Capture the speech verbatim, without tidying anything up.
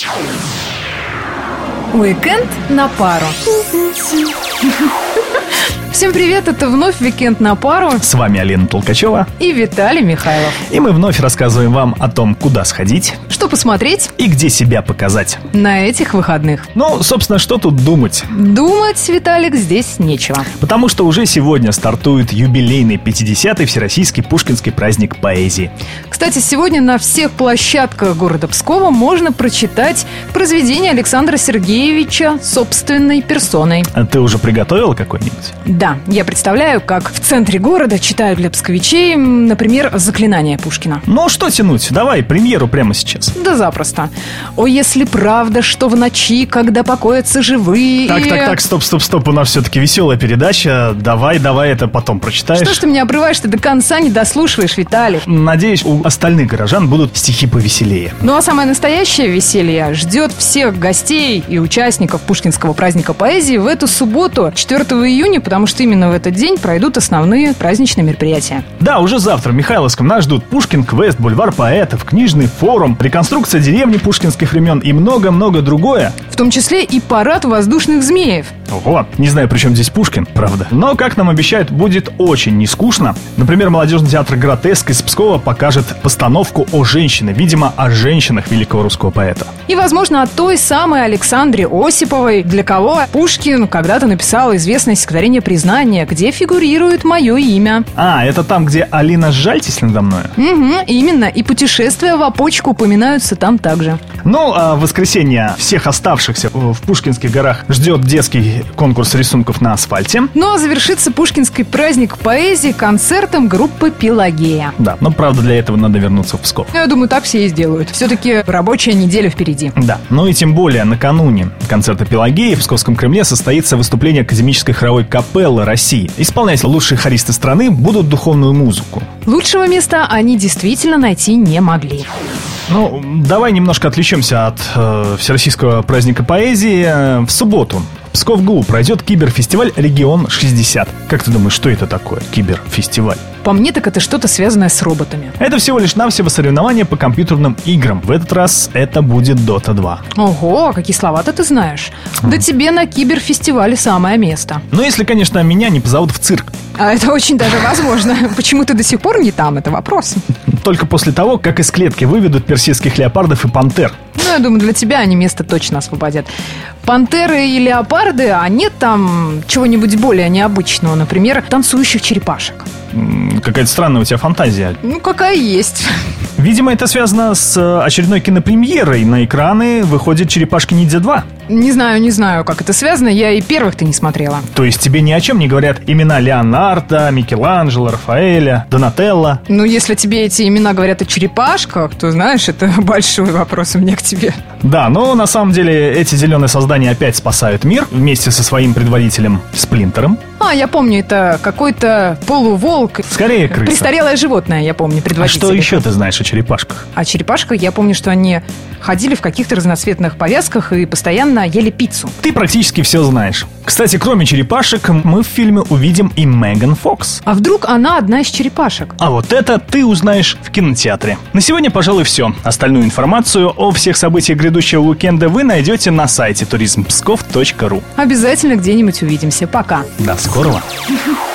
Уикенд на пару. Всем привет, это вновь «Уикенд на пару». С вами Алина Толкачева и Виталий Михайлов. И мы вновь рассказываем вам о том, куда сходить, что посмотреть и где себя показать на этих выходных. Ну, собственно, что тут думать? Думать, Виталик, здесь нечего. Потому что уже сегодня стартует юбилейный пятидесятый Всероссийский Пушкинский праздник поэзии. Кстати, сегодня на всех площадках города Пскова можно прочитать произведение Александра Сергеевича собственной персоной. А ты уже приготовила какой-нибудь? Да, я представляю, как в центре города читают для псковичей, например, заклинания Пушкина. Ну, что тянуть? Давай премьеру прямо сейчас. Да запросто. О, если правда, что в ночи, когда покоятся живые... Так, так, так, стоп, стоп, стоп, у нас все-таки веселая передача. Давай, давай это потом прочитаешь. Что ж ты меня обрываешь, ты до конца не дослушиваешь, Виталий? Надеюсь, у остальных горожан будут стихи повеселее. Ну а самое настоящее веселье ждет всех гостей и участников Пушкинского праздника поэзии в эту субботу, четвёртого июня, потому что именно в этот день пройдут основные праздничные мероприятия. Да, уже завтра в Михайловском нас ждут Пушкин Квест, бульвар поэтов, книжный форум, реконструкция деревни пушкинских времен и много-много другое. В том числе и парад воздушных змеев. Ого, не знаю, при чем здесь Пушкин, правда. Но, как нам обещают, будет очень нескучно. Например, молодежный театр «Гротеск» из Пскова покажет постановку о женщине, видимо, о женщинах великого русского поэта. И, возможно, о той самой Александре Осиповой, для кого Пушкин когда-то написал известное стихотворение «Признание», где фигурирует мое имя. А, это там, где Алина «Сжальтесь надо мной»? Угу, именно. И путешествия в Опочку упоминаются там также. Ну, а в воскресенье всех оставшихся в Пушкинских горах ждет детский конкурс рисунков на асфальте. Ну, а завершится Пушкинский праздник поэзии концертом группы «Пелагея». Да, но, правда, для этого надо вернуться в Псков. Я думаю, так все и сделают. Все-таки рабочая неделя впереди. Да, ну и тем более накануне концерта «Пелагеи» в Псковском Кремле состоится выступление Академической хоровой капеллы России. Исполнять лучшие хористы страны будут духовную музыку. Лучшего места они действительно найти не могли. Ну, давай немножко отвлечемся от э, Всероссийского праздника поэзии. В субботу в Псков-ГУ пройдет киберфестиваль «Регион шестьдесят». Как ты думаешь, что это такое, киберфестиваль? По мне, так это что-то связанное с роботами. Это всего лишь навсего соревнования по компьютерным играм. В этот раз это будет Дота два. Ого, какие слова-то ты знаешь. Mm. Да тебе на киберфестивале самое место. Ну, если, конечно, меня не позовут в цирк. А это очень даже возможно. Почему ты до сих пор не там, это вопрос. Только после того, как из клетки выведут персидских леопардов и пантер. Ну, я думаю, для тебя они место точно освободят. Пантеры и леопарды, а нет там чего-нибудь более необычного, например, танцующих черепашек. Какая-то странная у тебя фантазия. Ну, какая есть. Видимо, это связано с очередной кинопремьерой. На экраны выходит «Черепашки-ниндзя два». Не знаю, не знаю, как это связано. Я и первых-то не смотрела. То есть тебе ни о чем не говорят имена Леонардо, Микеланджело, Рафаэля, Донателло? Ну, если тебе эти имена говорят о черепашках, то, знаешь, это большой вопрос у меня к тебе. Да, но на самом деле эти зеленые создания опять спасают мир вместе со своим предводителем Сплинтером. А, я помню, это какой-то полуволк. Скорее крыса. Престарелое животное, я помню, предводитель. А что еще ты знаешь о черепашках? О черепашках я помню, что они ходили в каких-то разноцветных повязках и постоянно ели пиццу. Ты практически все знаешь. Кстати, кроме черепашек, мы в фильме увидим и Меган Фокс. А вдруг она одна из черепашек? А вот это ты узнаешь в кинотеатре. На сегодня, пожалуй, все. Остальную информацию о всех событиях грядущего уикенда вы найдете на сайте туризм псков точка ру. Обязательно где-нибудь увидимся. Пока. До скорого.